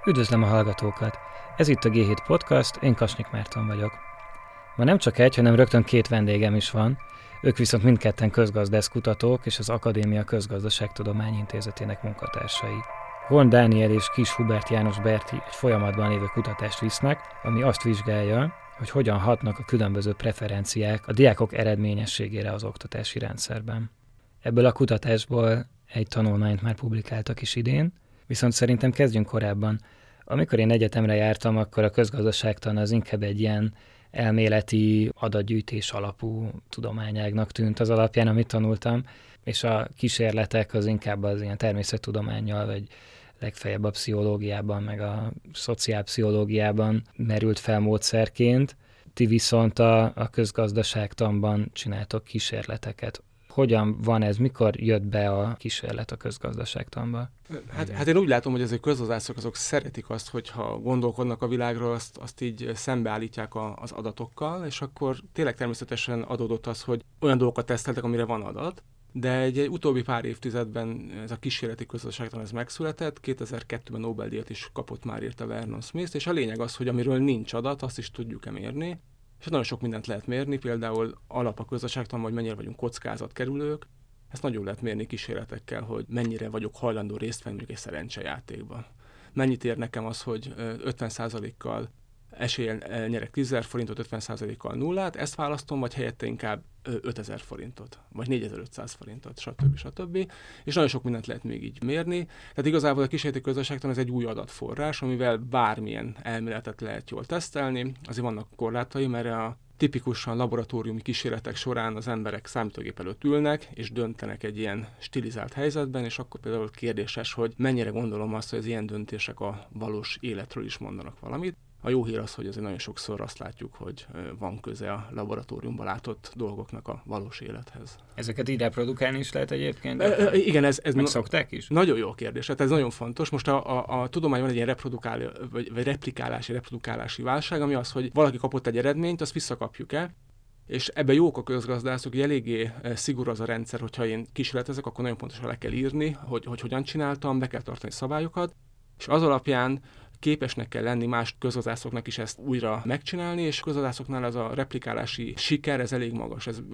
Üdvözlöm a hallgatókat! Ez itt a G7 Podcast, én Kasnyik Márton vagyok. Ma nem csak egy, hanem rögtön két vendégem is van, ők viszont mindketten közgazdászkutatók és az Akadémia Közgazdaságtudományi Intézetének munkatársai. Horn Dániel és Kiss Hubert János Berti egy folyamatban lévő kutatást visznek, ami azt vizsgálja, hogy hogyan hatnak a különböző preferenciák a diákok eredményességére az oktatási rendszerben. Ebből a kutatásból egy tanulmányt már publikáltak is idén, viszont szerintem kezdjünk korábban. Amikor én egyetemre jártam, akkor a közgazdaságtan az inkább egy ilyen elméleti adatgyűjtés alapú tudományágnak tűnt az alapján, amit tanultam, és a kísérletek az inkább az ilyen természettudománnyal, vagy legfeljebb a pszichológiában, meg a szociálpszichológiában merült fel módszerként. Ti viszont a közgazdaságtanban csináltok kísérleteket. Hogyan van ez? Mikor jött be a kísérlet a közgazdaságtanba? Hát én úgy látom, hogy ezek közgazdászok azok szeretik azt, hogyha gondolkodnak a világról, azt így szembeállítják az adatokkal, és akkor tényleg természetesen adódott az, hogy olyan dolgokat teszteltek, amire van adat, de egy utóbbi pár évtizedben ez a kísérleti közgazdaságtan ez megszületett, 2002-ben Nobel-díjat is kapott már érte Vernon Smith, és a lényeg az, hogy amiről nincs adat, azt is tudjuk-e mérni, és nagyon sok mindent lehet mérni, például alap a közgazdaságtanban, hogy mennyire vagyunk kockázatkerülők. Ezt nagyon lehet mérni kísérletekkel, hogy mennyire vagyok hajlandó részt venni egy szerencsejátékban. Mennyit ér nekem az, hogy 50%-kal eséllyel nyerek 10 000 forintot, 50%-kal nullát, ezt választom, vagy helyette inkább 5000 forintot, vagy 4500 forintot, stb. És nagyon sok mindent lehet még így mérni. Tehát igazából a kísérleti közgazdaságtan ez egy új adatforrás, amivel bármilyen elméletet lehet jól tesztelni. Azért vannak korlátai, mert a tipikusan laboratóriumi kísérletek során az emberek számítógép előtt ülnek, és döntenek egy ilyen stilizált helyzetben, és akkor például kérdéses, hogy mennyire gondolom azt, hogy az ilyen döntések a valós életről is mondanak valamit. A jó hír az, hogy azért nagyon sokszor azt látjuk, hogy van köze a laboratóriumban látott dolgoknak a valós élethez. Ezeket így reprodukálni is lehet egyébként? Igen, ez megszokták is? Nagyon jó kérdés, hát ez nagyon fontos. Most a tudományban egy ilyen replikálási válság, ami az, hogy valaki kapott egy eredményt, azt visszakapjuk-e, és ebben jók a közgazdászok, hogy eléggé szigorú az a rendszer, hogyha én kísérletezek, akkor nagyon pontosan le kell írni, hogy hogyan csináltam, be kell tartani szabályokat, és az alapján képesnek kell lenni más közgazdászoknak is ezt újra megcsinálni, és közgazdászoknál ez a replikálási siker, ez elég magas. Ez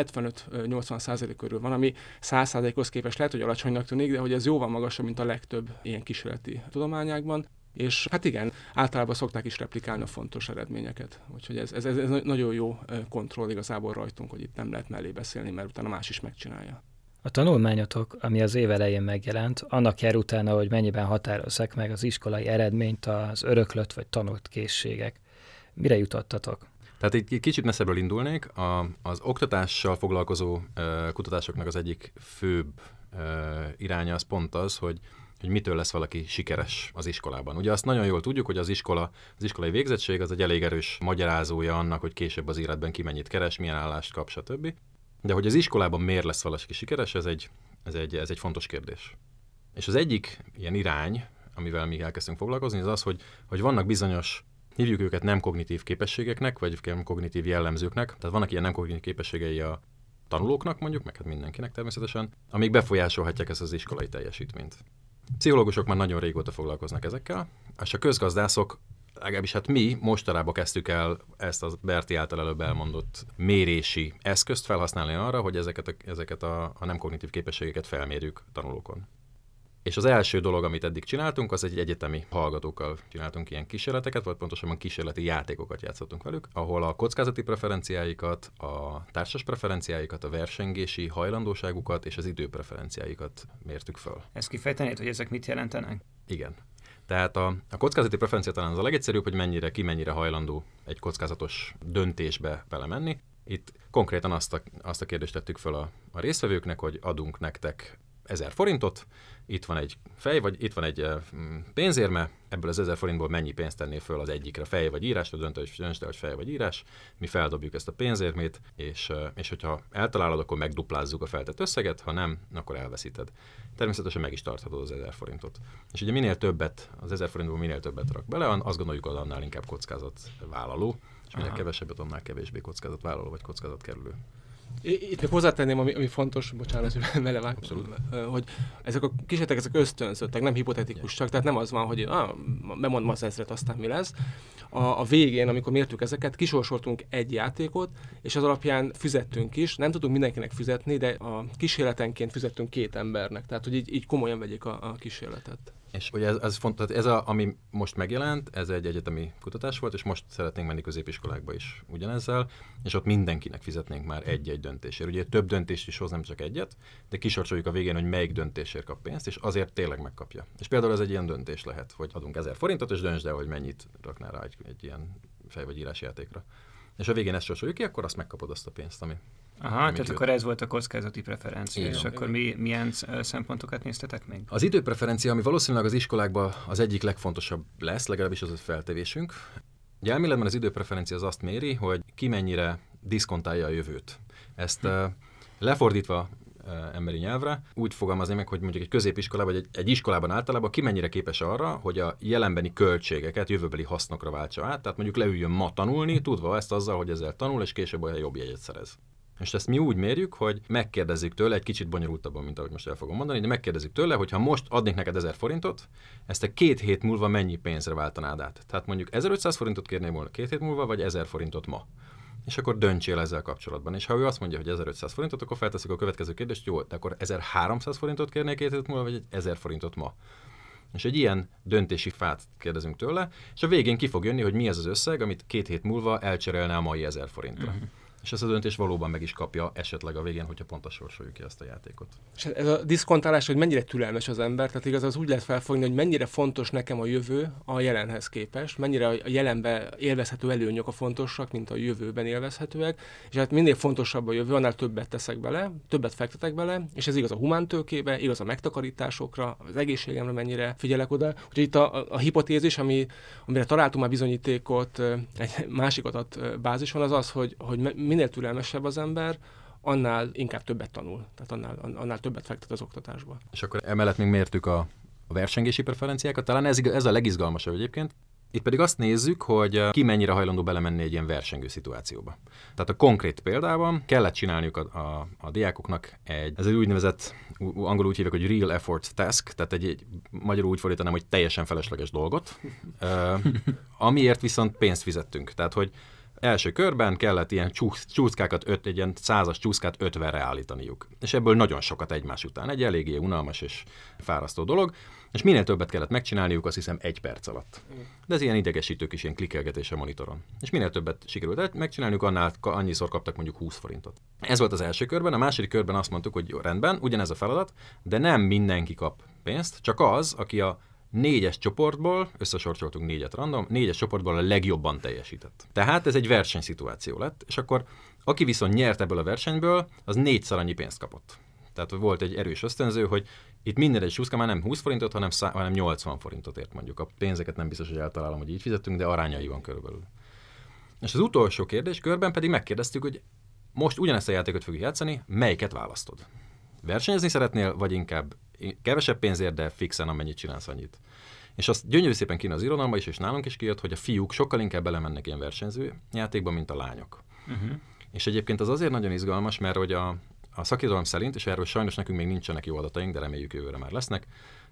75-80% körül van, ami 100%-hoz képest lehet, hogy alacsonynak tűnik, de hogy ez jóval magasabb, mint a legtöbb ilyen kísérleti tudományágban. És hát igen, általában szokták is replikálni a fontos eredményeket. Úgyhogy ez nagyon jó kontroll igazából rajtunk, hogy itt nem lehet mellé beszélni, mert utána más is megcsinálja. A tanulmányotok, ami az év elején megjelent, annak jár utána, hogy mennyiben határozzák meg az iskolai eredményt az öröklött vagy tanult készségek. Mire jutottatok? Tehát egy kicsit messzebbről indulnék. Az oktatással foglalkozó kutatásoknak az egyik főbb iránya az pont az, hogy mitől lesz valaki sikeres az iskolában. Ugye azt nagyon jól tudjuk, hogy az iskolai végzettség az egy elég erős magyarázója annak, hogy később az életben ki mennyit keres, milyen állást kap, stb. De hogy az iskolában miért lesz valaki sikeres, ez egy fontos kérdés. És az egyik ilyen irány, amivel mi elkezdtünk foglalkozni, az az, hogy vannak bizonyos, hívjuk őket nem kognitív képességeknek, vagy nem kognitív jellemzőknek, tehát vannak ilyen nem kognitív képességei a tanulóknak mondjuk, meg hát mindenkinek természetesen, amik befolyásolhatják ezt az iskolai teljesítményt. Pszichológusok már nagyon régóta foglalkoznak ezekkel, és a közgazdászok, legalábbis hát mi mostanában kezdtük el ezt a Berti által előbb elmondott mérési eszközt felhasználni arra, hogy ezeket a nem kognitív képességeket felmérjük tanulókon. És az első dolog, amit eddig csináltunk, az egy egyetemi hallgatókkal csináltunk ilyen kísérleteket, vagy pontosabban kísérleti játékokat játszottunk velük, ahol a kockázati preferenciáikat, a társas preferenciáikat, a versengési hajlandóságukat és az idő preferenciáikat mértük föl. Ezt kifejtenéd, hogy ezek mit jelentenek? Igen. Tehát a kockázati preferencia talán az a legegyszerűbb, hogy ki mennyire hajlandó egy kockázatos döntésbe belemenni. Itt konkrétan azt a kérdést tettük föl a résztvevőknek, hogy adunk nektek 1000 forintot, itt van egy vagy itt van egy pénzérme, ebből az 1000 forintból mennyi pénzt tennél föl az egyikre, fej vagy írás, döntsd el, hogy fej vagy írás, mi feldobjuk ezt a pénzérmét, és hogyha eltalálod, akkor megduplázzuk a feltett összeget, ha nem, akkor elveszíted. Természetesen meg is tarthatod az 1000 forintot. És ugye minél többet, az 1000 forintból minél többet rak bele, azt gondoljuk, hogy annál inkább kockázatvállaló, és minél kevesebbet, annál kevésbé kockázatvállaló vagy kockázatkerülő. Itt még hozzátenném, ami fontos, bocsánat, hogy belevág, hogy ezek a kísérletek, ezek ösztönzöttek, nem hipotetikusak, tehát nem az van, hogy bemondom az ezret, aztán mi lesz. A végén, amikor mértük ezeket, kisorsoltunk egy játékot, és az alapján fizettünk is. Nem tudunk mindenkinek fizetni, de a kísérletenként fizettünk 2 embernek, tehát hogy így komolyan vegyék a kísérletet. És ugye ez fontos, ami most megjelent, ez egy egyetemi kutatás volt, és most szeretnénk menni középiskolákba is ugyanezzel, és ott mindenkinek fizetnénk már egy-egy döntésért. Ugye több döntést is hoz, nem csak egyet, de kisorsoljuk a végén, hogy melyik döntésért kap pénzt, és azért tényleg megkapja. És például ez egy ilyen döntés lehet, hogy adunk 1000 forintot, és döntsd el, hogy mennyit raknál rá egy ilyen fej- vagy írásjátékra. És a végén ezt sorsoljuk ki, akkor azt megkapod azt a pénzt, ami... Aha, tehát akkor ez volt a kockázati preferencia, és akkor milyen szempontokat néztetek még? Az időpreferencia, ami valószínűleg az iskolákban az egyik legfontosabb lesz, legalábbis az a feltevésünk. Ugye elméletben az időpreferencia az azt méri, hogy ki mennyire diszkontálja a jövőt. Ezt lefordítva emberi nyelvre úgy fogalmazni meg, hogy mondjuk egy középiskolában, vagy egy iskolában általában ki mennyire képes arra, hogy a jelenbeni költségeket jövőbeli hasznokra váltsa át, tehát mondjuk leüljön ma tanulni, tudva ezt azzal, hogy ezzel tanul, és később olyan jobb jegyet szerez. És ezt mi úgy mérjük, hogy megkérdezzük tőle, egy kicsit bonyolultabban, mint ahogy most el fogom mondani, de megkérdezzük tőle, hogy ha most adnék neked 1000 forintot, ezt te 2 hét múlva mennyi pénzre váltanád át? Tehát mondjuk 1500 forintot kérnél volna 2 hét múlva, vagy 1000 forintot ma? És akkor döntsél ezzel kapcsolatban. És ha ő azt mondja, hogy 1500 forintot, akkor feltesszük a következő kérdést, jó, de akkor 1300 forintot kérnél 2 hét múlva, vagy 1000 forintot ma? És egy ilyen döntési fát kérdezünk tőle, és a végén ki fog jönni, hogy mi ez az összeg, amit 2 hét múlva elcserélne a mai 1000 forintra. És ezt a döntés valóban meg is kapja esetleg a végén, hogyha pont sorsoljuk ki ezt a játékot. És ez a diszkontálás, hogy mennyire türelmes az ember, tehát igaz, az úgy lehet felfogni, hogy mennyire fontos nekem a jövő a jelenhez képest, mennyire a jelenben élvezhető előnyök a fontosak, mint a jövőben élvezhetőek, és hát minél fontosabb a jövő, annál többet teszek bele, többet fektetek bele, és ez igaz a humántőkébe, igaz a megtakarításokra, az egészségemre mennyire figyelek oda. Úgyhogy itt a hipotézis, amire találtunk már bizonyítékot, egy másik adat bázison, az az, hogy minél türelmesebb az ember, annál inkább többet tanul, tehát annál többet fektet az oktatásba. És akkor emellett még mértük a versengési preferenciákat, talán ez a legizgalmasabb egyébként. Itt pedig azt nézzük, hogy ki mennyire hajlandó belemenni egy ilyen versengő szituációba. Tehát a konkrét példában kellett csinálniuk a diákoknak ez egy úgynevezett, angolul úgy hívják, hogy real effort task, tehát egy magyarul úgy fordítanám, hogy teljesen felesleges dolgot, amiért viszont pénzt fizettünk. Tehát, hogy első körben kellett ilyen csúszkákat, egy ilyen 100-as csúszkát 50-re állítaniuk. És ebből nagyon sokat egymás után. Egy eléggé unalmas és fárasztó dolog, és minél többet kellett megcsinálniuk, azt hiszem 1 perc alatt. De ez ilyen idegesítő kis ilyen klikkelgetés a monitoron. És minél többet sikerült megcsinálniuk, annyiszor kaptak mondjuk 20 forintot. Ez volt az első körben, a második körben azt mondtuk, hogy jó, rendben, ugyanez a feladat, de nem mindenki kap pénzt, csak az, aki a 4-es csoportból, összesorsoltunk 4-et random, 4-es csoportból a legjobban teljesített. Tehát ez egy versenyszituáció lett, és akkor aki viszont nyert ebből a versenyből, az 4-szer annyi pénzt kapott. Tehát volt egy erős ösztönző, hogy itt minden egy csúszka már nem 20 forintot, hanem 80 forintot ért mondjuk. A pénzeket nem biztos, hogy eltalálom, hogy így fizettünk, de arányai van körülbelül. És az utolsó kérdéskörben pedig megkérdeztük, hogy most ugyanezt a játékot fogjuk játszani, melyiket választod? Versenyezni szeretnél, vagy inkább kevesebb pénzért, de fixen amennyit csinálsz annyit. És azt gyönyörű szépen kijön az irodalomba is, és nálunk is kijött, hogy a fiúk sokkal inkább belemennek ilyen versenyző játékba, mint a lányok. És egyébként az azért nagyon izgalmas, mert hogy a szakirodalom szerint, és erről sajnos nekünk még nincsenek jó adataink, de reméljük jövőre már lesznek,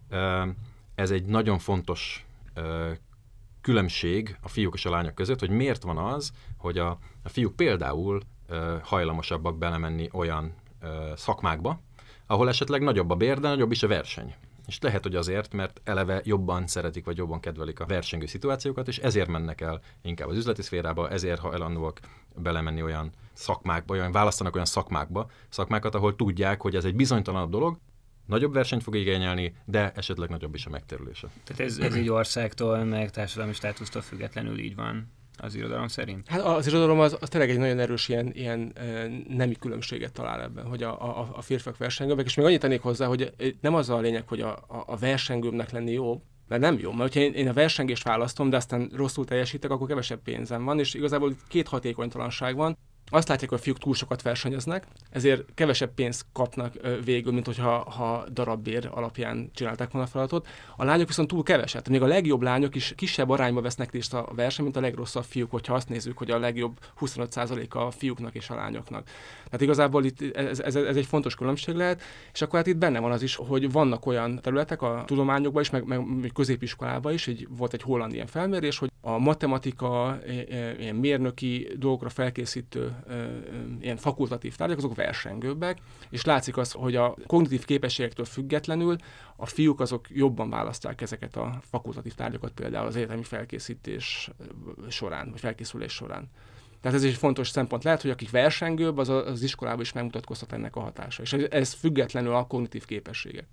ez egy nagyon fontos különbség a fiúk és a lányok között, hogy miért van az, hogy a fiúk például hajlamosabbak belemenni olyan szakmákba, ahol esetleg nagyobb a bér, de nagyobb is a verseny. És lehet, hogy azért, mert eleve jobban szeretik, vagy jobban kedvelik a versengő szituációkat, és ezért mennek el inkább az üzleti szférába, ezért hajlandóak belemenni olyan szakmákba, választanak olyan szakmákat, ahol tudják, hogy ez egy bizonytalanabb dolog, nagyobb versenyt fog igényelni, de esetleg nagyobb is a megterülése. Tehát ez így országtól, meg társadalmi státusztól függetlenül így van az irodalom szerint? Hát az irodalom az tényleg egy nagyon erős ilyen nemi különbséget talál ebben, hogy a férfiak versengőbbek, és még annyit tennék hozzá, hogy nem az a lényeg, hogy a versengőbbnek lenni jó, mert nem jó, mert hogyha én a versengést választom, de aztán rosszul teljesítek, akkor kevesebb pénzem van, és igazából 2 hatékonytalanság van. azt látják, hogy a fiúk túl sokat versenyeznek, ezért kevesebb pénzt kapnak végül, mint hogyha darabbér alapján csinálták volna a feladatot. A lányok viszont túl keveset. Még a legjobb lányok is kisebb arányba vesznek részt a verseny, mint a legrosszabb fiúk, hogyha azt nézzük, hogy a legjobb 25% a fiúknak és a lányoknak. Tehát igazából itt ez egy fontos különbség lehet, és akkor hát itt benne van az is, hogy vannak olyan területek a tudományokban is, meg középiskolában is, volt egy holland ilyen felmérés, hogy a matematika, ilyen mérnöki dolgokra felkészítő ilyen fakultatív tárgyak, azok versengőbbek, és látszik az, hogy a kognitív képességektől függetlenül a fiúk azok jobban választják ezeket a fakultatív tárgyakat például az egyetemi felkészítés során, vagy felkészülés során. Tehát ez is egy fontos szempont lehet, hogy akik versengőbb, az iskolában is megmutatkozhat ennek a hatása. És ez függetlenül a kognitív képességek.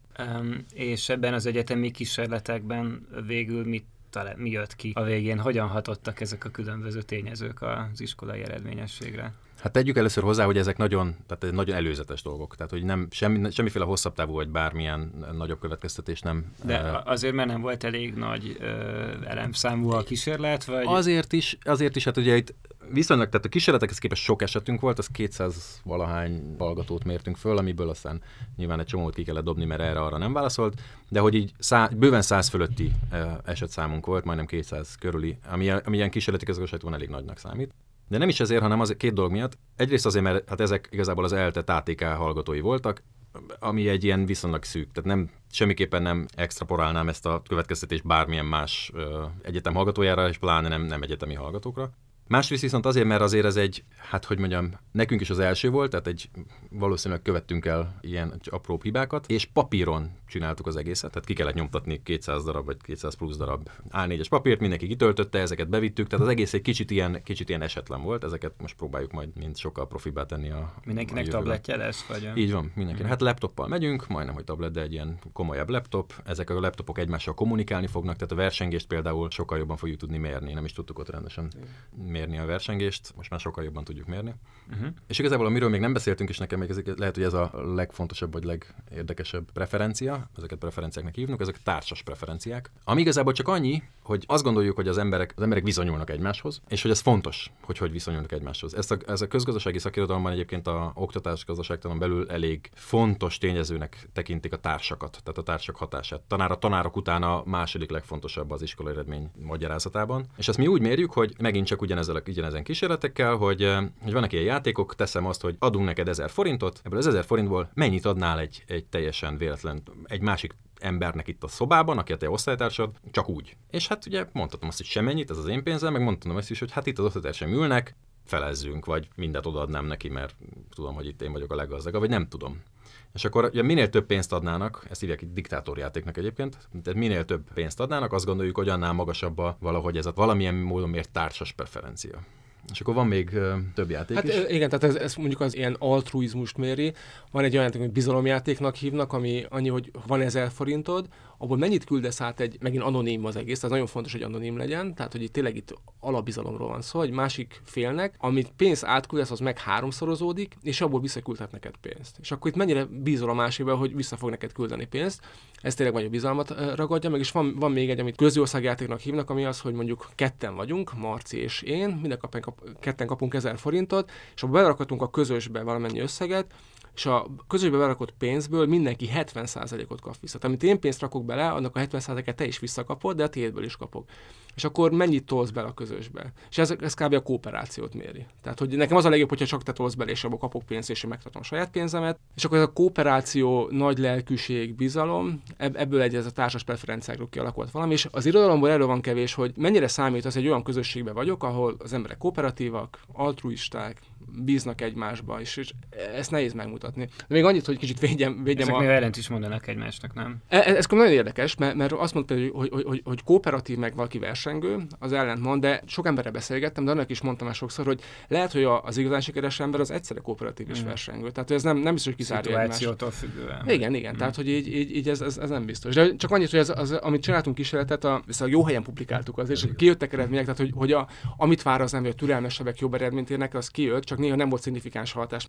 És ebben az egyetemi kísérletekben végül mi jött ki a végén? Hogyan hatottak ezek a különböző tényezők az iskolai eredményességre? Hát tegyük először hozzá, hogy ezek nagyon előzetes dolgok. Tehát, hogy nem semmiféle hosszabb távú, vagy bármilyen nagyobb következtetés nem. De azért, mert nem volt elég nagy elemszámú a kísérlet, vagy? Azért is, hát ugye itt viszonylag, tehát a kísérletekhez képest sok esetünk volt, az 200 valahány hallgatót mértünk föl, amiből aztán nyilván egy csomót ki kellett dobni, mert erre-arra nem válaszolt, de hogy így bőven 100 fölötti esetszámunk volt, majdnem 200 körüli, ami ilyen kísérleti közgazdaságban elég nagynak számít. De nem is ezért, hanem az két dolog miatt. Egyrészt azért, mert hát ezek igazából az ELTE ATK hallgatói voltak, ami egy ilyen viszonylag szűk. Tehát semmiképpen nem extraporálnám ezt a következtetést bármilyen más egyetem hallgatójára, és pláne nem egyetemi hallgatókra. Másrészt viszont azért, mert azért ez nekünk is az első volt, tehát valószínűleg követtünk el ilyen apróbb hibákat, és papíron csináltuk az egészet, tehát ki kellett nyomtatni 200 darab, vagy 200 plusz darab A4-es papírt, mindenki kitöltötte, ezeket bevittük, tehát az egész egy kicsit ilyen esetlen volt, ezeket most próbáljuk majd mind sokkal profibbá tenni mindenkinek tabletje lesz, vagy? Így van, mindenkinek. Hát laptoppal megyünk, majdnem, hogy tablet, de egy ilyen komolyabb laptop, ezek a laptopok egymással kommunikálni fognak, tehát a versengést például sokkal jobban fogjuk tudni mérni, nem is tudtuk ott rendesen mérni a versengést, most már sokkal jobban tudjuk mérni. És igazából amiről még nem beszéltünk, és nekem még lehet, hogy ez a legfontosabb vagy legérdekesebb preferencia, ezeket preferenciáknak hívnak, ezek társas preferenciák. Ami igazából csak annyi, hogy azt gondoljuk, hogy az emberek viszonyulnak egymáshoz, és hogy ez fontos, hogy viszonyulnak egymáshoz. Ez a közgazdasági szakirodalomban egyébként a oktatás gazdaságtanon belül elég fontos tényezőnek tekintik a társakat, tehát a társak hatását. A tanárok után a második legfontosabb az iskolai eredmény magyarázatában. És ezt mi úgy mérjük, hogy megint csak ugyanezen kísérletekkel, hogy vannak ilyen játékok, teszem azt, hogy adunk neked 1000 forintot, ebből az 1000 forintból mennyit adnál egy teljesen véletlen, egy másik embernek itt a szobában, aki a te osztálytársad, csak úgy. És hát ugye mondhatom azt, hogy semennyit, ez az én pénzem, meg mondhatom azt is, hogy hát itt az osztálytársaim ülnek, felezzünk, vagy mindent odaadnám neki, mert tudom, hogy itt én vagyok a leggazdagabb, vagy nem tudom. És akkor ugye minél több pénzt adnának, ezt hívják diktátorjátéknak egyébként, tehát minél több pénzt adnának, azt gondoljuk, hogy annál magasabb valahogy ez a valamilyen módon mért társas preferencia. És akkor van még több játék is. Igen, tehát ez mondjuk az ilyen altruizmust méri. Van egy olyan játék, amit bizalomjátéknak hívnak, ami annyi, hogy van 1000 forintod, abból mennyit küldesz át megint anonim az egész, tehát nagyon fontos, hogy anonim legyen, tehát hogy tényleg itt alapbizalomról van szó, hogy másik félnek, amit pénzt átküldesz, az meg 3-szorozódik, és abból visszaküldhet neked pénzt. És akkor itt mennyire bízol a másikban, hogy vissza fog neked küldeni pénzt. Ez tényleg vagy a bizalmat ragadja meg, és van még egy, amit közjószágjátéknak hívnak, ami az, hogy mondjuk ketten vagyunk, Marci és én, ketten kapunk 1000 forintot, és abba berakhatunk a közösbe valamennyi összeget, és a közösbe berakott pénzből mindenki 70%-ot kap vissza. Tehát, amit én pénzt rakok bele, annak a 70%-et te is visszakapod, de a tiédből is kapok. És akkor mennyit tolsz bele a közösbe? És ez kb. A kooperációt méri. Tehát, hogy nekem az a legjobb, hogyha csak te tolsz bele, és abból kapok pénzt, és én megtartom a saját pénzemet. És akkor ez a kooperáció, nagy lelkűség, bizalom, ebből ez a társas preferenciákról kialakult valami, és az irodalomból erről van kevés, hogy mennyire számít az, hogy egy olyan közösségben vagyok, ahol az emberek kooperatívak, altruisták, bíznak egymásba, és ezt nehéz megmutatni. De még annyit, hogy kicsit védjem ezek még ellent is mondanak egymásnak, nem? Ez nagyon érdekes, mert azt mondta, hogy kooperatív meg valaki versengő, az ellentmond, de sok emberre beszélgettem, de annak is mondtam már sokszor, hogy lehet, hogy az igazán sikeres ember az egyszerre kooperatív és versengő. Tehát ez nem biztos, hogy kizárja egymást. Szituációtól függően. Igen. Tehát, hogy így ez nem biztos. De csak annyit, hogy amit csináltunk kísérletet, ezt a jó helyen publikáltuk azért, és kijöttek eredmények, tehát hogy amit vár az ember, hogy türelmesebbek, jobb eredményt érnek, az kijött, csak néha nem volt szignifikáns hatás.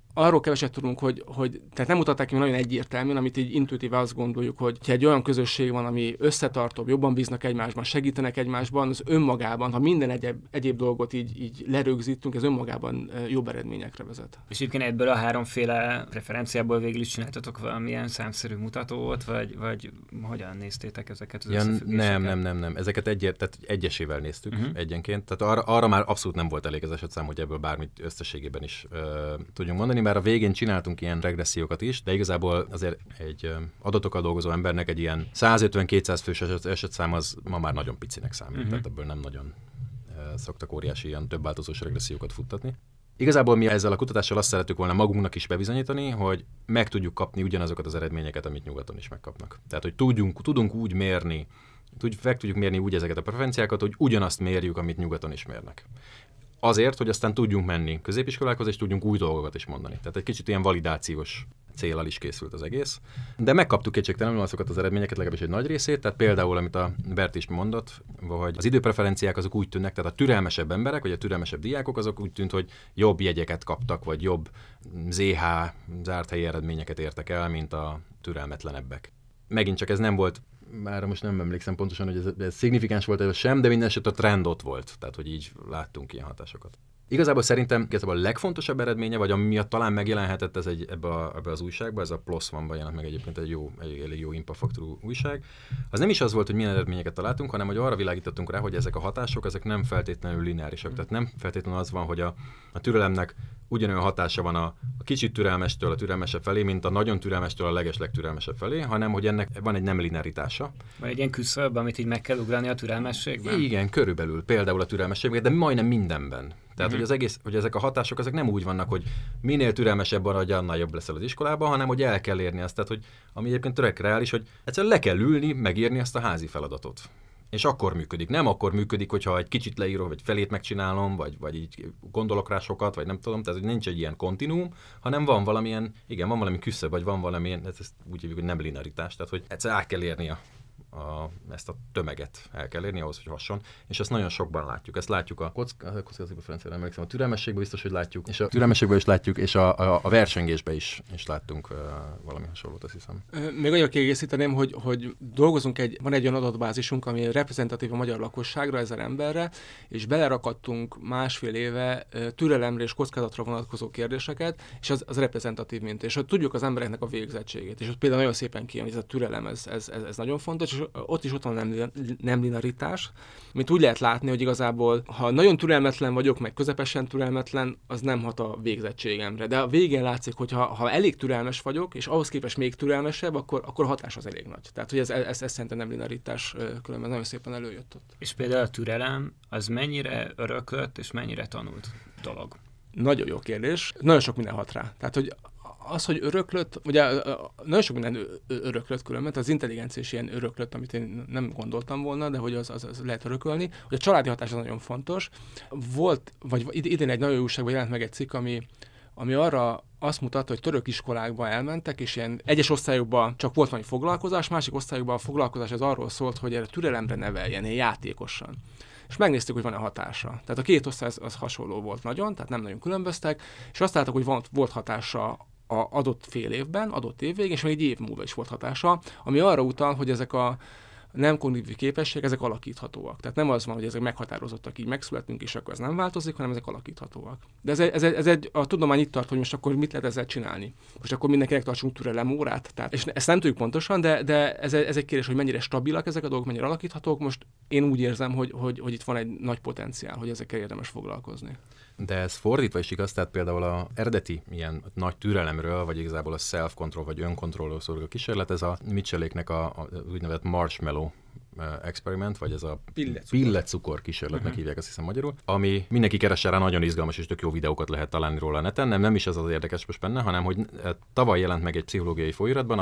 arról keveset tudunk, hogy tehát nem mutatták ki nagyon egyértelműen, amit így intuitíve azt gondoljuk, hogy ha egy olyan közösség van, ami összetartóbb, jobban bíznak egymásban, segítenek egymásban, az önmagában, ha minden egyéb dolgot így lerögzítünk, ez önmagában jobb eredményekre vezet. És egyébként ebből a háromféle preferenciából végül is csináltatok valamilyen számszerű mutatót, vagy hogyan néztétek ezeket az összefüggéseket? Nem. Ezeket tehát egyesével néztük egyenként. Tehát arra már abszolút nem volt elég az esetszám, hogy ebből bármit összességében is tudjunk mondani, bár a végén csináltunk ilyen regressziókat is, de igazából azért egy adatokkal dolgozó embernek egy ilyen 150-200 fős esetszám az ma már nagyon picinek számít, tehát ebből nem nagyon szoktak óriási ilyen több változós regressziókat futtatni. Igazából mi ezzel a kutatással azt szerettük volna magunknak is bebizonyítani, hogy meg tudjuk kapni ugyanazokat az eredményeket, amit nyugaton is megkapnak. Tehát, hogy tudunk úgy mérni, meg tudjuk mérni úgy ezeket a preferenciákat, hogy ugyanazt mérjük, amit nyugaton is mérnek. Azért, hogy aztán tudjunk menni középiskolákhoz, és tudjunk új dolgokat is mondani. Tehát egy kicsit ilyen validációs céllal is készült az egész. De megkaptuk kétségtelenül azokat az eredményeket, legalábbis egy nagy részét, tehát például, amit a Bert is mondott, hogy az időpreferenciák azok úgy tűnnek, tehát a türelmesebb emberek, vagy a türelmesebb diákok, azok úgy tűnt, hogy jobb jegyeket kaptak, vagy jobb ZH, zárt helyi eredményeket értek el, mint a türelmetlenebbek. Megint csak ez nem volt, már most nem emlékszem pontosan, hogy ez szignifikáns volt ez sem, de minden esetre a trend ott volt, tehát hogy így láttunk ilyen hatásokat. Igazából szerintem a legfontosabb eredménye, vagy ami miatt talán megjelenhetett ez ebbe az újságba, ez a PLOS One-ban jelent meg egyébként egy elég jó impactfaktorú újság, az nem is az volt, hogy milyen eredményeket találtunk, hanem hogy arra világítottunk rá, hogy ezek a hatások, ezek nem feltétlenül lineárisak. Tehát nem feltétlenül az van, hogy a türelemnek ugyanolyan hatása van a kicsit türelmestől a türelmesebb felé, mint a nagyon türelmestől a legeslegtürelmesebb felé, hanem hogy ennek van egy nem linearitasa. Vagy egy ilyen küszöb, amit így meg kell ugrani a türelmességben? Igen, körülbelül, például a türelmességben, de majdnem mindenben. Tehát, hogy ezek a hatások ezek nem úgy vannak, hogy minél türelmesebb maradj, annál jobb leszel az iskolában, hanem hogy el kell érni azt, tehát, hogy ami egyébként tök reális, hogy egyszerűen le kell ülni, megírni azt a házi feladatot. És akkor működik. Nem akkor működik, hogyha egy kicsit leírom, vagy felét megcsinálom, vagy így gondolok rá sokat, vagy nem tudom, tehát nincs egy ilyen kontinuum, hanem van valamilyen, van valami küszöb, vagy van valamilyen, ezt úgy hívjuk, hogy nem linearitás, tehát hogy egyszerűen át kell érni ezt a tömeget el kell érni ahhoz, hogy hasson, és ezt nagyon sokban látjuk. Ezt látjuk a kockázati preferenciára, emlékszem, a türelmességben biztos, hogy látjuk, és a türelmességben is látjuk, és a versengésben is láttunk valami hasonlót, azt hiszem. Még annyira kiegészíteném, hogy dolgozunk van egy olyan adatbázisunk, ami reprezentatív a magyar lakosságra, 1000 emberre, és belerakadtunk másfél éve türelemre és kockázatra vonatkozó kérdéseket, és az reprezentatív minta. És tudjuk az embereknek a végzettségét. És ott például nagyon szépen kijön, hogy ez a türelem, ez nagyon fontos, és ott van nem linearitás, mint úgy lehet látni, hogy igazából, ha nagyon türelmetlen vagyok, meg közepesen türelmetlen, az nem hat a végzettségemre. De a végén látszik, hogy ha elég türelmes vagyok, és ahhoz képest még türelmesebb, akkor a hatás az elég nagy. Tehát, hogy ez szerintem nem linearitás, különben nagyon szépen előjött ott. És például a türelem, az mennyire öröklött, és mennyire tanult dolog? Nagyon jó kérdés. Nagyon sok minden hat rá. Tehát, hogy az, hogy öröklött, ugye nagyon sok minden öröklött különben, az intelligencia is ilyen öröklött, amit én nem gondoltam volna, de hogy az lehet örökölni. Hogy a családi hatás az nagyon fontos. Volt, vagy idén egy nagyon jó újságban jelent meg egy cikk, ami arra azt mutatta, hogy török iskolákba elmentek, és ilyen egyes osztályokban csak volt valami foglalkozás, másik osztályokban a foglalkozás az arról szólt, hogy erre türelemre neveljen, ilyen játékosan. És megnéztük, hogy van-e hatása. Tehát a két osztály az hasonló volt nagyon, tehát nem nagyon különböztek, és azt láttuk, hogy volt hatása a adott fél évben, adott év végén, és még egy év múlva is volt hatása, ami arra utal, hogy ezek a nem kognitív képességek, ezek alakíthatóak. Tehát nem az van, hogy ezek meghatározottak, így megszületünk, és akkor ez nem változik, hanem ezek alakíthatóak. De a tudomány itt tart, hogy most akkor mit lehet ezzel csinálni. Most akkor mindenkinek tartsunk türelem órát. Tehát, és ezt nem tudjuk pontosan, de ez egy kérdés, hogy mennyire stabilak ezek a dolgok, mennyire alakíthatók. Most én úgy érzem, hogy itt van egy nagy potenciál, hogy ezekkel érdemes foglalkozni. De ez fordítva is igaz, tehát például az eredeti ilyen nagy türelemről, vagy igazából a self-control, vagy önkontrollról szóló kísérlet, ez a Mitchelléknek a úgynevezett marshmallow experiment, vagy ez a pillecukor kísérletnek hívják, azt hiszem magyarul, ami mindenki keresse rá, nagyon izgalmas és tök jó videókat lehet találni róla a neten. Nem is ez az érdekes most benne, hanem hogy tavaly jelent meg egy pszichológiai folyóiratban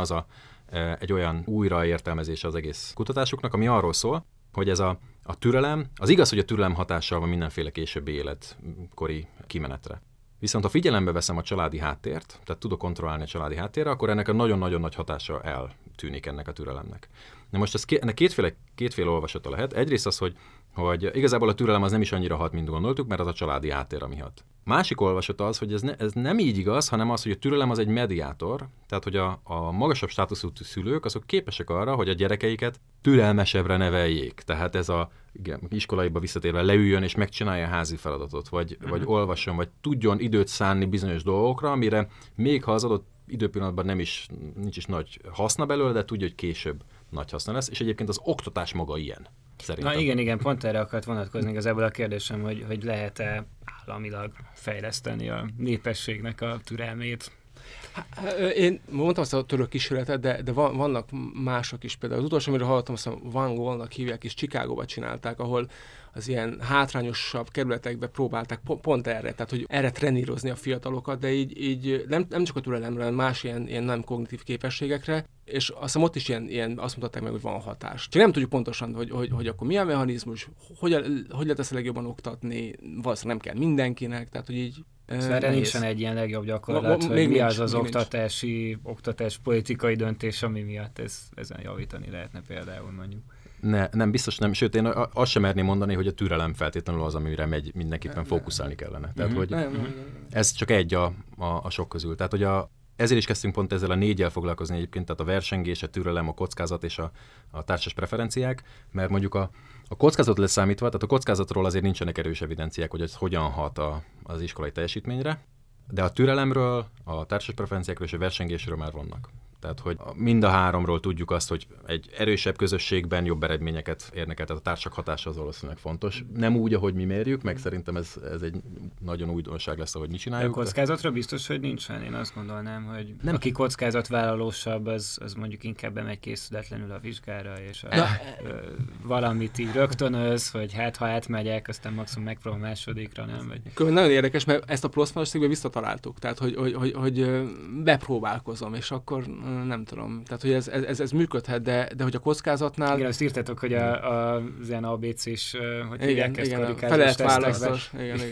egy olyan újraértelmezése az egész kutatásoknak, ami arról szól, hogy ez a türelem, az igaz, hogy a türelem hatással van mindenféle későbbi életkori kimenetre. Viszont ha figyelembe veszem a családi háttért, tehát tudok kontrollálni a családi háttérre, akkor ennek a nagyon-nagyon nagy hatása eltűnik ennek a türelemnek. Na most ennek kétféle olvasata lehet. Egyrészt az, hogy hogy igazából a türelem az nem is annyira hat, mint gondoltuk, mert az a családi háttér, ami hat. Másik olvasat az, hogy ez nem így igaz, hanem az, hogy a türelem az egy mediátor, tehát hogy a magasabb státuszú szülők azok képesek arra, hogy a gyerekeiket türelmesebbre neveljék. Tehát ez iskolaiba visszatérve leüljön és megcsinálja a házi feladatot, vagy olvasson, vagy tudjon időt szánni bizonyos dolgokra, amire még ha az adott időpillanatban nincs is nagy haszna belőle, de tudja, hogy később nagy haszna lesz, és egyébként az oktatás maga ilyen. Szerintem. Na igen, pont erre akart vonatkozni igazából a kérdésem, hogy lehet-e államilag fejleszteni a népességnek a türelmét. Én mondtam azt a török kísérletet, de vannak mások is. Például az utolsó, amiről hallottam, azt Van Gogh-nak hívják, és Chicagóba csinálták, ahol az ilyen hátrányosabb kerületekbe próbálták pont erre, tehát hogy erre trenírozni a fiatalokat, de így nem csak a türelemre, hanem más ilyen nem kognitív képességekre, és azt hiszem ott is ilyen azt mutatták meg, hogy van hatás. Csak nem tudjuk pontosan, hogy akkor mi a mechanizmus, hogy lehet ezt a legjobban oktatni, valószínűleg nem kell mindenkinek, tehát hogy így Szóval erre nincsen egy ilyen legjobb gyakorlat, hogy mi az oktatáspolitikai döntés, ami miatt ezen javítani lehetne például mondjuk. Nem, biztos nem. Sőt, én azt sem merném mondani, hogy a türelem feltétlenül az, amire mindenképpen fókuszálni kellene. Tehát, hogy ez csak egy a sok közül. Tehát, hogy ezért is kezdtünk pont ezzel a 4-jel foglalkozni egyébként, tehát a versengés, a türelem, a kockázat és a társas preferenciák, mert mondjuk a kockázat leszámítva, tehát a kockázatról azért nincsenek erős evidenciák, hogy ez hogyan hat az iskolai teljesítményre, de a türelemről, a társas preferenciákról és a versengésről már vannak. Tehát, hogy mind a háromról tudjuk azt, hogy egy erősebb közösségben jobb eredményeket érnek el, tehát a társak hatása az valószínűleg fontos. Nem úgy, ahogy mi mérjük, meg szerintem ez egy nagyon újdonság lesz, ahogy mi csináljuk. A kockázatra biztos, hogy nincsen. Én azt gondolnám, hogy aki kockázatvállalósabb, az mondjuk inkább bemegy készületlenül a vizsgára, és valamit így rögtönöz, hogy ha átmegyek, aztán maximum megpróbál másodikra, nem? Vagy... Nagyon érdekes, mert ezt a Prosztmanszékben visszataláltuk, tehát hogy bepróbálkozom, és akkor nem tudom. Tehát, hogy ez működhet, de hogy a kockázatnál... Igen, azt írtátok, hogy az ilyen ABC-s, hogy hívják ezt karikázós választás.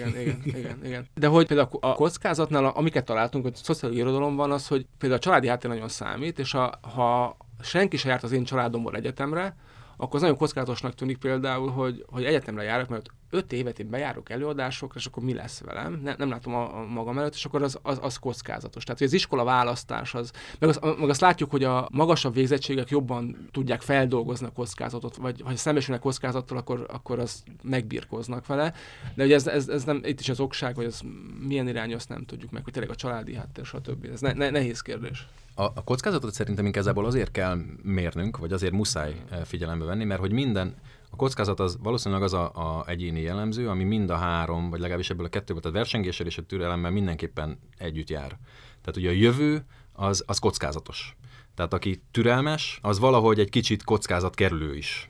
Igen. De hogy például a kockázatnál, amiket találtunk, hogy szociális irodalom van az, hogy például a családi háttér nagyon számít, és ha senki se járt az én családomból egyetemre, akkor az nagyon kockázatosnak tűnik például, hogy egyetemre járok, mert 5 évet én bejárok előadásokra, és akkor mi lesz velem? Nem látom a magam előtt, és akkor az kockázatos. Tehát, hogy az iskola választás meg azt látjuk, hogy a magasabb végzettségek jobban tudják feldolgozni a kockázatot, vagy ha szembesülnek kockázattal, akkor azt megbirkóznak vele. De ugye ez nem, itt is az okság, vagy az milyen irányú, azt nem tudjuk meg, hogy tényleg a családi háttér, stb. Ez nehéz kérdés. A kockázatot szerintem igazából azért kell mérnünk, vagy azért muszáj figyelembe venni, mert hogy a kockázat az valószínűleg az a egyéni jellemző, ami mind a három, vagy legalábbis ebből a kettőből, tehát versengéssel és a türelemmel mindenképpen együtt jár. Tehát ugye a jövő az kockázatos. Tehát aki türelmes, az valahogy egy kicsit kockázatkerülő is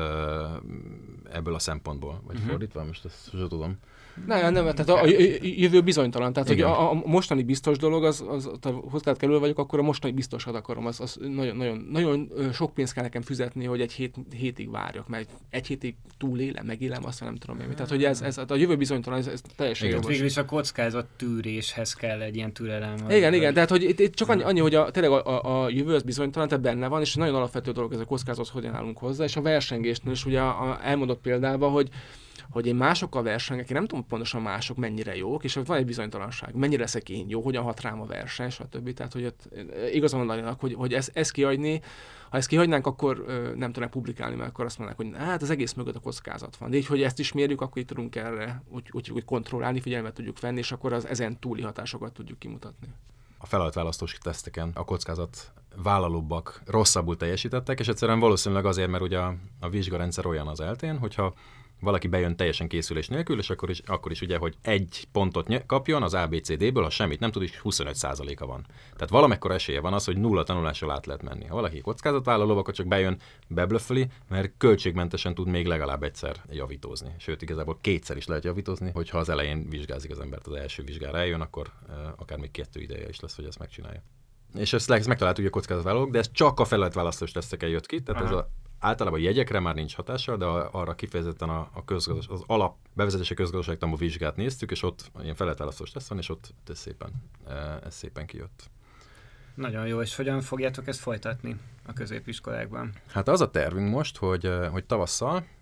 ebből a szempontból. Vagy fordítva, most ezt sem tudom. Nem, tehát a jövő bizonytalan. Tehát, hogy a mostani biztos dolog, az hozzákerülő vagyok, akkor a mostani biztosat akarom. Az nagyon sok pénzt kell nekem fizetni, hogy egy hétig várjak, mert egy hétig túlélem, megélem, azt nem tudom én. Tehát, hogy ez a jövő bizonytalan, ez teljesen jogos. Végül is a kockázat tűréshez kell egy ilyen türelem. Igen, tehát, hogy itt csak annyi, hogy tényleg a jövő az bizonytalan, tehát benne van, és nagyon alapvető dolog ez a kockázat, hogyan állunk hozzá, és a versengésnél is ugye elmondott példában, hogy én másokkal versengek, én nem tudom pontosan mások mennyire jók, és van egy bizonytalanság, mennyire leszek én jó, hogyan hat rám a verseny, stb. Tehát, hogy igazán mondanak, hogy ezt kihagyni, ha ezt kihagynánk, akkor nem tudnánk publikálni, mert akkor azt mondanák, hogy hát az egész mögött a kockázat van. De így, hogy ezt is mérjük, akkor itt tudunk erre úgy kontrollálni, figyelmet tudjuk venni, és akkor az ezen túli hatásokat tudjuk kimutatni. A feladatvállalós teszteken a kockázat vállalóbbak rosszabbul teljesítettek, és egyszerűen valószínűleg azért, mert ugye a vizsgarendszer olyan az eltén, hogyha valaki bejön teljesen készülés nélkül, és akkor is ugye, hogy egy pontot kapjon az ABCD-ből, ha semmit nem tud, és 25%-a van. Tehát valamekkora esélye van az, hogy nulla tanulással át lehet menni. Ha valaki kockázatvállaló, akkor csak bejön, beblöfföli, mert költségmentesen tud még legalább egyszer javítózni. Sőt, igazából 2-szer is lehet javítózni, hogyha az elején vizsgázik az embert, az első vizsgára eljön, akkor akár még 2 ideje is lesz, hogy ezt megcsinálja. És ezt megtaláltuk a kockázatvállalók, de ez csak a feladatválasztós teszteken jött ki, tehát ez általában a jegyekre már nincs hatással, de arra kifejezetten az alap bevezetési közgazdaságtanból vizsgát néztük, és ott ilyen feladatválasztós teszt van, és ott ez szépen kijött. Nagyon jó, és hogyan fogjátok ezt folytatni a középiskolákban? Hát az a tervünk most, hogy tavasszal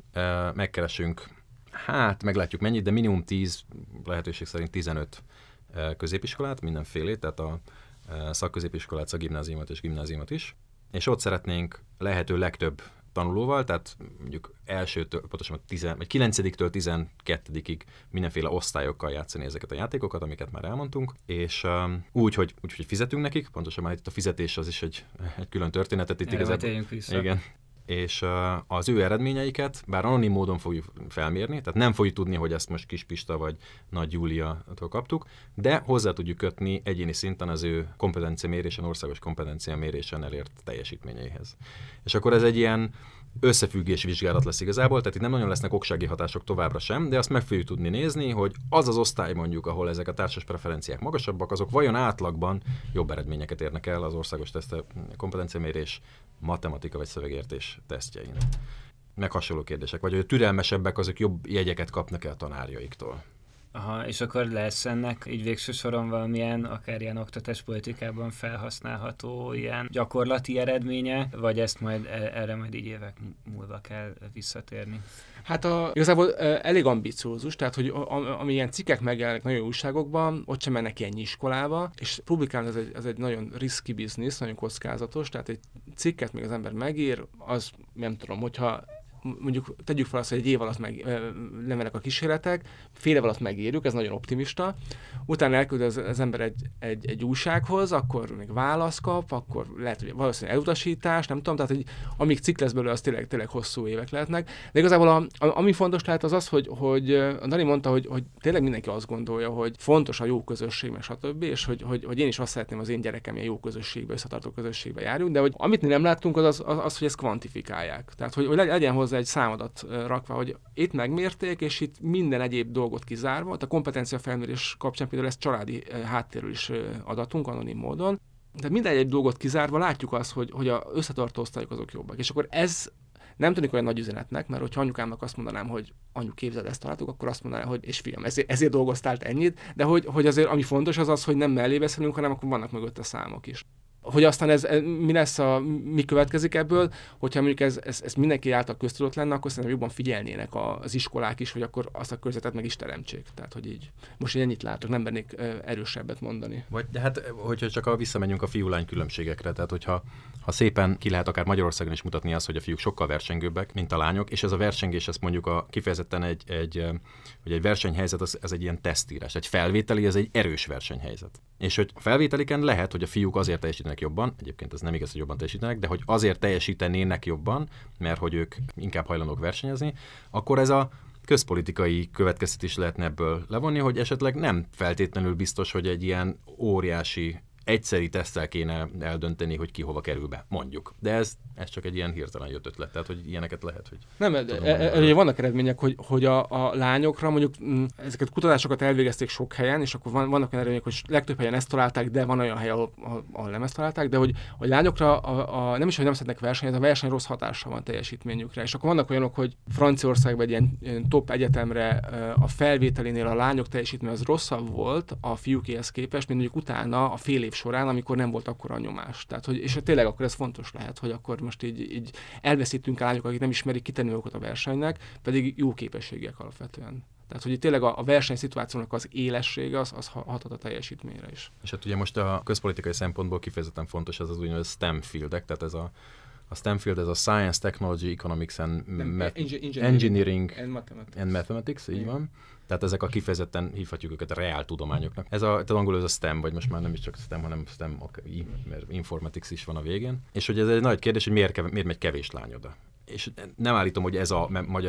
megkeresünk, meglátjuk mennyit, de minimum 10, lehetőség szerint 15 középiskolát, mindenfélét, tehát a szakközépiskolát, szakgimnáziumot és gimnáziumot is, és ott szeretnénk lehető legtöbb tanulóval, tehát mondjuk pontosan 9-től 12-ig mindenféle osztályokkal játszani ezeket a játékokat, amiket már elmondtunk, és úgy, hogy fizetünk nekik, pontosan már itt a fizetés az is egy külön történetet. Itt igazából. Igen. És az ő eredményeiket, bár anonim módon fogjuk felmérni, tehát nem fogjuk tudni, hogy ezt most Kis Pista vagy Nagy Júliától kaptuk, de hozzá tudjuk kötni egyéni szinten az ő kompetenciamérésen, országos kompetenciamérésen elért teljesítményeihez. És akkor ez egy ilyen összefüggés vizsgálat lesz igazából, tehát itt nem nagyon lesznek oksági hatások továbbra sem, de azt meg fogjuk tudni nézni, hogy az az osztály mondjuk, ahol ezek a társas preferenciák magasabbak, azok vajon átlagban jobb eredményeket érnek el az országos kompetenciamérés, matematika vagy szövegértés tesztjein. Meg hasonló kérdések, vagy hogy a türelmesebbek azok jobb jegyeket kapnak el tanárjaiktól. Aha, és akkor lesz ennek így végső soron valamilyen, akár ilyen oktatáspolitikában felhasználható ilyen gyakorlati eredménye, vagy ezt majd erre majd így évek múlva kell visszatérni? Hát igazából elég ambiciózus, tehát hogy ami ilyen cikkek megjelennek nagyon újságokban, ott sem mennek ennyi iskolába, és publikálni ez egy nagyon risky business, nagyon kockázatos, tehát egy cikket még az ember megír, az nem tudom, hogyha mondjuk tegyük fel azt, hogy egy év alatt lemennek a kísérletek, fél év alatt megírjuk, ez nagyon optimista, utána elküld az ember egy újsághoz, akkor még választ kap, akkor lehet, hogy valószínűleg elutasítás, nem tudom, tehát hogy amíg cikk lesz belőle, az tényleg hosszú évek lehetnek. De igazából ami fontos lehet az, hogy a Dani mondta, hogy tényleg mindenki azt gondolja, hogy fontos a jó közösség, meg stb., és hogy én is azt szeretném, az én gyerekem ilyen jó közösségbe, összetartó közösségbe járjunk, de hogy amit mi nem láttunk, az, hogy ezt kvantifikálják. Tehát, hogy legyen hozzá egy számadat rakva, hogy itt megmérték, és itt minden egyéb dolgot kizárva, a kompetenciafelmérés kapcsán például ez családi háttérről is adatunk, anonim módon, de minden egyéb dolgot kizárva látjuk azt, hogy az összetartó osztályok azok jobbak. És akkor ez nem tűnik olyan nagy üzenetnek, mert hogyha anyukámnak azt mondanám, hogy anyu, képzeld, ezt találtuk, akkor azt mondanám, hogy és fiam, ezért dolgoztál ennyit, de hogy azért ami fontos az, hogy nem mellé beszélünk, hanem akkor vannak mögötte számok is. Hogy aztán mi következik ebből, hogyha mondjuk ez mindenki által köztudott lenne, akkor szerintem jobban figyelnének az iskolák is, hogy akkor azt a körzetet meg is teremtsék. Tehát, hogy így most én ennyit látok, nem bennék erősebbet mondani. De hát, hogyha csak visszamegyünk a fiú-lány különbségekre, tehát hogyha szépen ki lehet akár Magyarországon is mutatni azt, hogy a fiúk sokkal versengőbbek, mint a lányok, és ez a versengés, ezt mondjuk kifejezetten egy versenyhelyzet, az egy ilyen tesztírás. Egy felvételi, ez egy erős versenyhelyzet. És hogy a felvételiken lehet, hogy a fiúk azért teljesítenek jobban, egyébként ez nem igaz, hogy jobban teljesítenek, de hogy azért teljesítenének jobban, mert hogy ők inkább hajlandók versenyezni, akkor ez a közpolitikai következtetés lehetne ebből levonni, hogy esetleg nem feltétlenül biztos, hogy egy ilyen óriási egyszeri teszttel kéne eldönteni, hogy ki hova kerül be, mondjuk. De ez csak egy ilyen hirtelen jött ötlet, tehát hogy ilyeneket lehet, hogy... Nem, vannak eredmények, hogy a lányokra mondjuk ezeket kutatásokat elvégezték sok helyen, és akkor vannak olyan eredmények, hogy legtöbb helyen ezt találták, de van olyan hely, ahol nem ezt találták, de hogy lányokra nem is, hogy nem szeretnek versenyezni, a verseny rossz hatással van teljesítményükre. És akkor vannak olyanok, hogy Franciaországban egy ilyen top egyetemre a felvételénél a lányok teljesítmény az rosszabb volt a fiúkéhez képest, mint mondjuk utána a fél év során, amikor nem volt akkora nyomás. Tehát, és tényleg akkor ez fontos lehet, hogy akkor most így elveszítünk a lányok, akik nem ismerik kitenni magukat a versenynek, pedig jó képességek alapvetően. Tehát, hogy tényleg a versenyszituációnak az élessége, az hathat a teljesítményre is. És hát ugye most a közpolitikai szempontból kifejezetten fontos ez az úgynevezett STEM fieldek, tehát ez a STEM field, ez a Science, Technology, Economics and Engineering and Mathematics, így van. Tehát ezek a kifejezetten hívhatjuk őket a reál tudományoknak. Tehát angolul ez a STEM, vagy most már nem is csak STEM, hanem STEM, mert Informatics is van a végén. És hogy ez egy nagy kérdés, hogy miért megy kevés lány oda. És nem állítom, hogy ez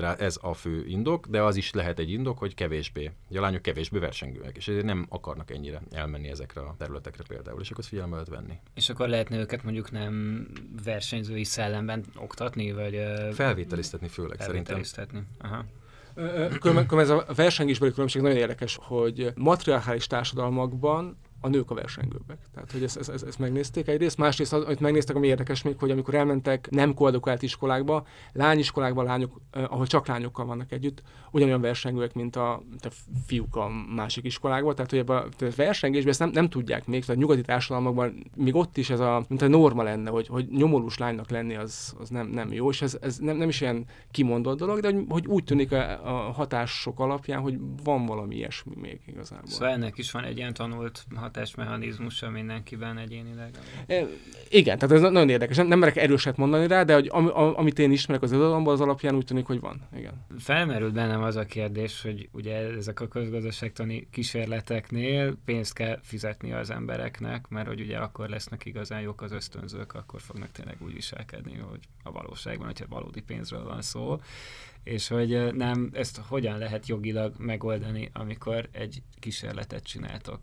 a fő indok, de az is lehet egy indok, hogy a lányok kevésbé versengőek, és ezért nem akarnak ennyire elmenni ezekre a területekre például, és akkor azt figyelembe lehet venni. És akkor lehetne őket mondjuk nem versenyzői szellemben oktatni, vagy... Felvételiztetni főleg szerintem. Aha. Különben ez a versengésbeli különbség nagyon érdekes, hogy matriarchális társadalmakban a nők a versengőbbek. Tehát, hogy ezt megnézték egyrészt. Másrészt, amit megnéztek, ami érdekes még, hogy amikor elmentek nem koedukált iskolákba, lányiskolákban lányok, ahol csak lányokkal vannak együtt, ugyanolyan versengőek, mint a fiúk a másik iskolákban. Tehát, hogy ebben a versengésben ezt nem tudják még. Tehát nyugati társadalmakban még ott is ez mint a norma lenne, hogy nyomorús lánynak lenni az nem jó, és ez nem is ilyen kimondott dolog, de hogy úgy tűnik a hatások alapján, hogy van valami ilyesmi még igazából. Szóval ennek is van egy ilyen tanult hatásmechanizmusa mindenkiben egyénileg. Igen, tehát ez nagyon érdekes. Nem merek erőset mondani rá, de hogy amit én ismerek az irodalomból, az alapján úgy tűnik, hogy van. Igen. Felmerült bennem az a kérdés, hogy ugye ezek a közgazdaságtani kísérleteknél pénzt kell fizetni az embereknek, mert hogy ugye akkor lesznek igazán jók az ösztönzők, akkor fognak tényleg úgy viselkedni, hogy a valóságban, hogyha valódi pénzről van szó, és hogy nem, ezt hogyan lehet jogilag megoldani, amikor egy kísérletet csináltok?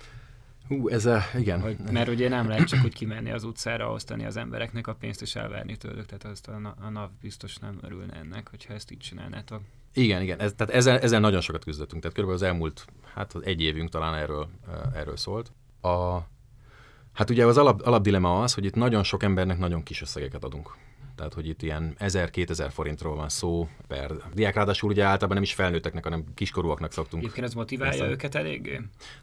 Igen. Mert ugye nem lehet csak úgy kimenni az utcára, osztani az embereknek a pénzt és elvárni tőlük, tehát azt a NAV biztos nem örülne ennek, hogyha ezt így csinálnátok. Igen. Tehát ezzel nagyon sokat küzdöttünk, tehát körülbelül az elmúlt, egy évünk talán erről szólt. Hát ugye az alapdilema az, hogy itt nagyon sok embernek nagyon kis összegeket adunk. Tehát, hogy itt ilyen 1000-2000 forintról van szó per diák, ráadásul ugye általában nem is felnőtteknek, hanem kiskorúaknak szoktunk. Egyébként ez motiválja őket eléggé?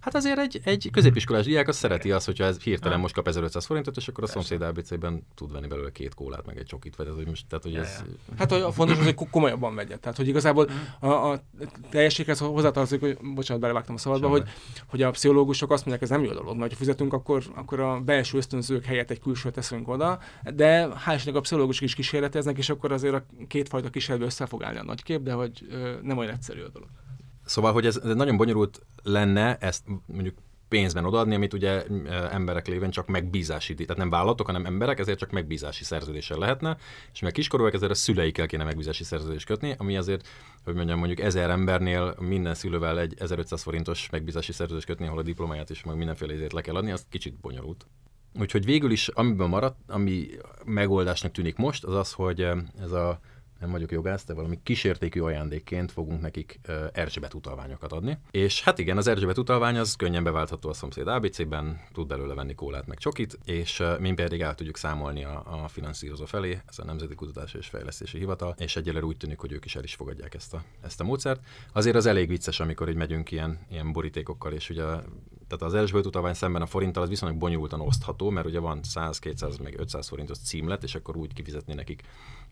Hát a fontos az, hogy komolyabban vegye. Tehát, hogy igazából a teljességhez hozzátartozik, hogy bocsánat, belevágtam a szabadba, hogy a pszichológusok azt mondják, ez nem jó dolog, mert ha fizetünk, akkor a belső ösztönzők helyett egy külsőt teszünk oda, de hál' a pszichológusok is kísérleteznek, és akkor azért a kétfajta kísérletből össze fog állni a nagy kép, de hogy nem olyan egyszerű a dolog. Szóval, hogy ez nagyon bonyolult lenne ezt mondjuk pénzben odaadni, amit ugye emberek lévén csak megbízási, tehát nem vállalatok, hanem emberek, ezért csak megbízási szerződéssel lehetne, és meg kiskorúak ezért a szüleikkel kéne megbízási szerződést kötni, ami azért, hogy mondjuk 1000 embernél minden szülővel egy 1500 forintos megbízási szerződést kötni, ahol a diplomáját is meg mindenféle izét le kell adni, az kicsit bonyolult. Úgyhogy végül is, amiben maradt, ami megoldásnak tűnik most, az az, hogy ez nem vagyok jogász, de valami kísértékű ajándékként fogunk nekik Erzsébet utalványokat adni. És hát igen, az Erzsébet utalvány az könnyen beváltható a szomszéd ABC-ben, tud belőle venni kólát meg csokit, és mi pedig el tudjuk számolni a finanszírozó felé, ez a Nemzeti Kutatási és Fejlesztési Hivatal, és egyelőre úgy tűnik, hogy ők is el is fogadják ezt a módszert. Azért az elég vicces, amikor így megyünk ilyen borítékokkal, és ugye tehát az Erzsébet utalvány szemben a forinttal az viszonylag bonyolultan osztható, mert ugye van 100, 200, meg 500 forintos címlet, és akkor úgy kifizetni nekik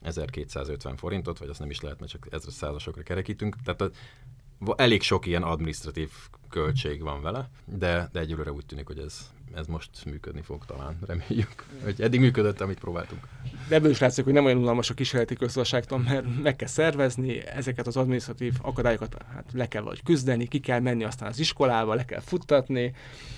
1250 forintot, vagy azt nem is lehet, mert csak 1000-100-asokra kerekítünk. Tehát elég sok ilyen adminisztratív költség van vele, de egyelőre úgy tűnik, hogy ez most működni fog talán, reméljük. Hogy eddig működött, amit próbáltunk. De ebből is látszik, hogy nem olyan unalmas a kísérleti közgazdaságtan, mert meg kell szervezni, ezeket az adminisztratív akadályokat le kell vagy küzdeni, ki kell menni aztán az iskolába, le kell futtatni,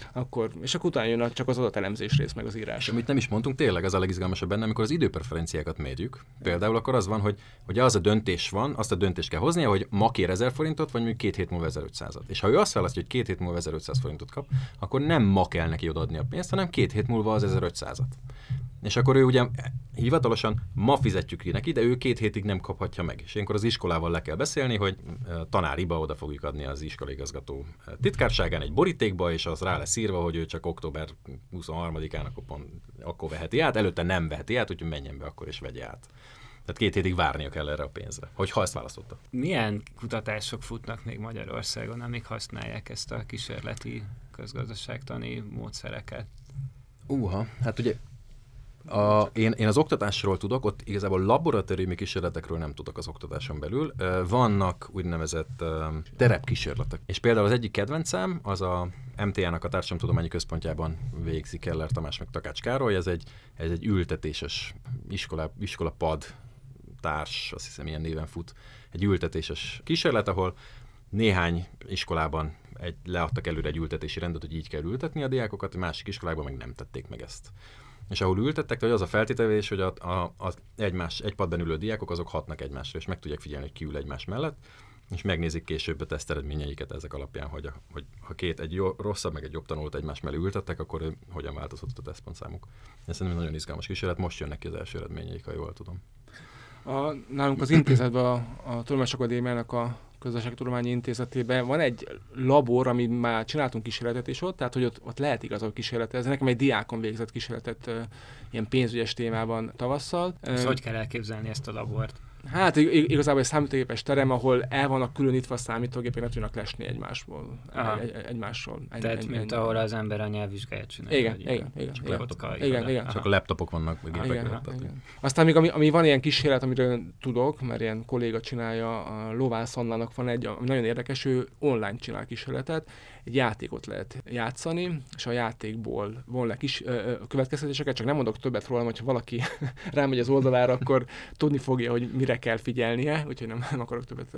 és akkor utána jön csak az adatelemzés rész, meg az írás. Amit nem is mondtunk, tényleg az a legizgalmasabb benne, amikor az időpreferenciákat mérjük. Például akkor az van, hogy az a döntés van, azt a döntést kell hoznia, hogy ma kér 1000 forintot, vagy mondjuk 2 hét múlva 1500-at. És ha ő azt választja, hogy 2 hét múlva 1500 forintot kap, akkor nem ma kell neki odaadni a pénzt, hanem 2 hét múlva az 1500-at. És akkor ő ugye hivatalosan ma fizetjük ki neki, de ő 2 hétig nem kaphatja meg. És ilyenkor az iskolával le kell beszélni, hogy tanáriba oda fogjuk adni az iskolaigazgató titkárságán egy borítékba, és az rá lesz írva, hogy ő csak október 23-án akkor veheti át, előtte nem veheti át, úgyhogy menjen be akkor és vegye át. Tehát 2 hétig várnia kell erre a pénzre, hogyha ezt választotta. Milyen kutatások futnak még Magyarországon, amik használják ezt a kísérleti közgazdaságtani módszereket? Hát ugye én az oktatásról tudok, ott igazából laboratóriumi kísérletekről nem tudok az oktatáson belül. Vannak úgynevezett terepkísérletek. És például az egyik kedvencem, az a MTA-nak a Társadalomtudományi Központjában végzi Keller Tamás meg Takács Károly, ez egy ültetéses iskolapad társ, azt hiszem ilyen néven fut, egy ültetéses kísérlet, ahol néhány iskolában leadtak előre egy ültetési rendet, hogy így kell ültetni a diákokat, a másik iskolákban meg nem tették meg ezt. És ahol ültettek, hogy az a feltételezés, hogy egy padban ülő diákok azok hatnak egymásra, és meg tudják figyelni, hogy ki ül egymás mellett, és megnézik később a teszt eredményeiket ezek alapján, hogy ha egy rosszabb, meg egy jobb tanulót egymás mellé ültettek, akkor hogyan változott a tesztpontszámuk. Ez szerintem nagyon izgalmas kísérlet, most jönnek ki az első eredményeik, ha jól tudom. Nálunk az intézetben a Tudományos Akadémiának a Közgazdaságtudományi Intézetében van egy labor, ami már csináltunk kísérletet is ott, tehát hogy ott lehet igazából kísérletezni. Nekem egy diákon végzett kísérletet ilyen pénzügyes témában tavasszal. És hogy kell elképzelni ezt a labort? Hát igazából egy számítógépes terem, ahol el vannak különítve a számítógépek, nem tudnak lesni egymásról. Tehát, mint ahol az ember a nyelvvizsgáját csinálja. Igen. Csak a laptopok vannak, meg gépek. Aztán még ami van ilyen kísérlet, amiről tudok, mert ilyen kolléga csinálja, a Lovász Annának van egy, ami nagyon érdekes, ő online csinál kísérletet, egy játékot lehet játszani, és a játékból von le következtetéseket, csak nem mondok többet róla, hogyha valaki rámegy az oldalára, akkor tudni fogja, hogy mire kell figyelnie, úgyhogy nem akarok többet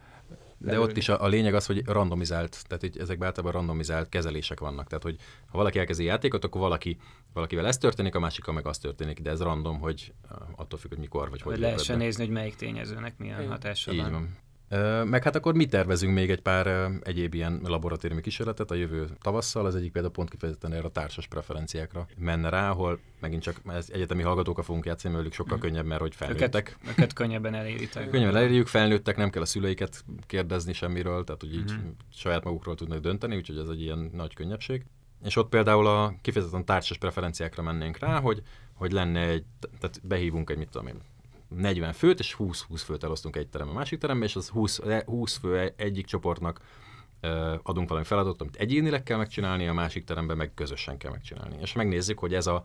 De ott is a lényeg az, hogy randomizált, tehát hogy ezekben általában randomizált kezelések vannak. Tehát, hogy ha valaki elkezdi játékot, akkor valakivel ez történik, a másikkal meg az történik, de ez random, hogy attól függ, hogy mikor vagy hogy. Lehessen nézni, hogy melyik tényezőnek milyen hatása van. Így van. Meg hát akkor mi tervezünk még egy pár egyéb ilyen laboratóriumi kísérletet a jövő tavasszal, az egyik például pont kifejezetten erre a társas preferenciákra menne rá, ahol megint csak egyetemi hallgatókkal fogunk játszani, velük sokkal könnyebb, mert hogy felnőttek. Őket könnyebben eléritek. Könnyebben elérjük, felnőttek, nem kell a szüleiket kérdezni semmiről, tehát hogy így saját magukról tudnak dönteni, úgyhogy ez egy ilyen nagy könnyebbség. És ott például a kifejezetten társas preferenciákra mennénk rá, hogy lenne tehát behívunk egy, mit tudom én, 40 főt, és 20 főt elosztunk egy terembe, a másik terembe, és az 20 fő egyik csoportnak adunk valami feladatot, amit egyénileg kell megcsinálni, a másik teremben meg közösen kell megcsinálni. És megnézzük, hogy ez a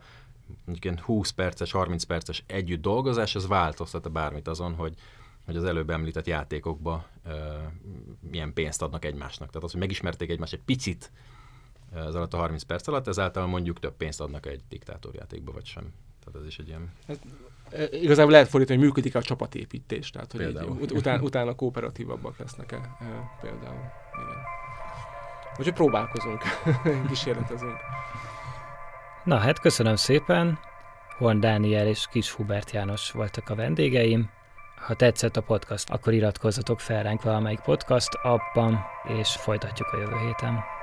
20 perces, 30 perces együtt dolgozás, ez változtat-e bármit azon, hogy az előbb említett játékokba milyen pénzt adnak egymásnak. Tehát az, hogy megismerték egymást egy picit az alatt a 30 perc alatt, ezáltal mondjuk több pénzt adnak egy diktátorjátékba, vagy sem. Tehát ez is egy ilyen... Igazából lehet fordítani, hogy működik a csapatépítés, tehát hogy utána kooperatívabbak lesznek-e például. Igen. Úgyhogy próbálkozunk, kísérletezünk. Na hát köszönöm szépen, Horn Dániel és Kis Hubert János voltak a vendégeim. Ha tetszett a podcast, akkor iratkozzatok fel ránk valamelyik podcast appban, és folytatjuk a jövő héten.